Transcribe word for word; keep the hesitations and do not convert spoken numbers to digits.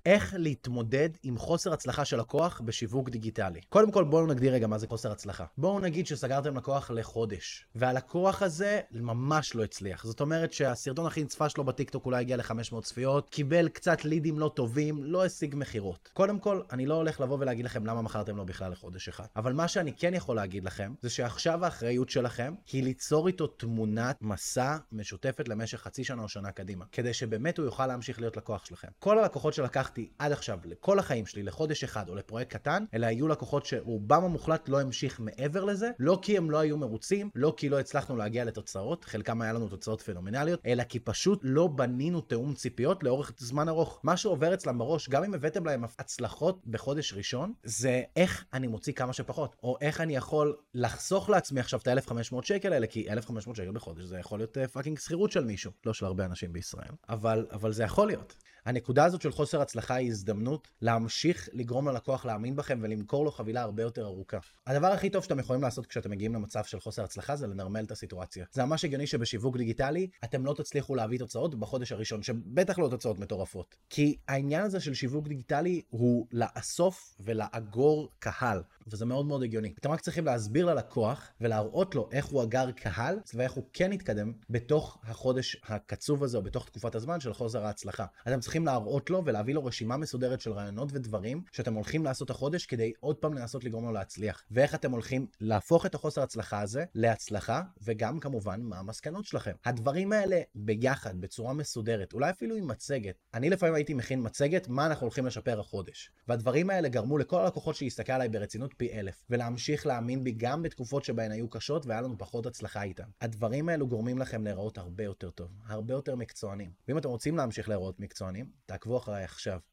איך להתמודד עם חוסר הצלחה של לקוח בשיווק דיגיטלי. קודם כל בואו נגדיר רגע מה זה חוסר הצלחה. בואו נגיד שסגרתם לקוח לחודש, והלקוח הזה ממש לא הצליח. זאת אומרת שהסרטון הכי נצפה שלו בטיקטוק אולי הגיע ל-חמש מאות צפיות, קיבל קצת לידים לא טובים, לא השיג מחירות. קודם כל, אני לא הולך לבוא ולהגיד לכם למה מכרתם לו בכלל לחודש אחד. אבל מה שאני כן יכול להגיד לכם, זה שעכשיו האחריות שלכם היא ליצור איתו תמונת מסע משותפת למשך חצי שנה או שנה קדימה, כדי שבאמת הוא יוכל להמשיך להיות לקוח שלכם. כל הלקוחות שלקחתי עד עכשיו, לכל החיים שלי, לחודש אחד או לפרויקט קטן, אלא היו לקוחות שרובם המוחלט לא המשיך מעבר לזה, לא כי הם לא היו מרוצים, לא כי לא הצלחנו להגיע לתוצאות, חלקם היה לנו תוצאות פנומנליות, אלא כי פשוט לא בנינו תאום ציפיות לאורך זמן ארוך. מה שעובר אצלם בראש, גם אם הבאתם להם הצלחות בחודש ראשון, זה איך אני מוציא כמה שפחות, או איך אני יכול לחסוך לעצמי עכשיו את ה-אלף וחמש מאות שקל האלה, כי אלף וחמש מאות שקל בחודש זה יכול להיות פאקינג שכירות של מישהו, לא של הרבה אנשים בישראל, אבל, אבל זה יכול להיות. הנקודה הזאת של חוסר הצלחה היא הזדמנות להמשיך לגרום ללקוח להאמין בכם ולמכור לו חבילה הרבה יותר ארוכה. הדבר הכי טוב שאתם יכולים לעשות כשאתם מגיעים למצב של חוסר הצלחה זה לנרמל את הסיטואציה. זה ממש הגיוני שבשיווק דיגיטלי אתם לא תצליחו להביא תוצאות בחודש הראשון, שבטח לא תוצאות מטורפות. כי העניין הזה של שיווק דיגיטלי הוא לאסוף ולאגור קהל, וזה מאוד מאוד הגיוני. אתם רק צריכים להסביר ללקוח ולהראות לו איך הוא אגר קהל ואיך הוא כן יתקדם בתוך החודש הקצוב הזה או בתוך תקופת הזמן של חוסר ההצלחה. אתם צריכים להראות לו ולהביא לו רשימה מסודרת של רעיונות ודברים שאתם הולכים לעשות החודש כדי עוד פעם לנסות לגרום לו להצליח. ואיך אתם הולכים להפוך את החוסר הצלחה הזה להצלחה, וגם כמובן מה המסקנות שלכם. הדברים האלה ביחד, בצורה מסודרת, אולי אפילו עם מצגת. אני לפעמים הייתי מכין מצגת מה אנחנו הולכים לשפר החודש. והדברים האלה גרמו לכל הלקוחות שיסתכל עליי ברצינות פי אלף, ולהמשיך להאמין בי גם בתקופות שבהן היו קשות והיה לנו פחות הצלחה איתם. הדברים האלו גורמים לכם להיראות הרבה יותר טוב, הרבה יותר מקצוענים. ואם אתם רוצים להמשיך להיראות מקצוענים, תעקבו אחריי עכשיו.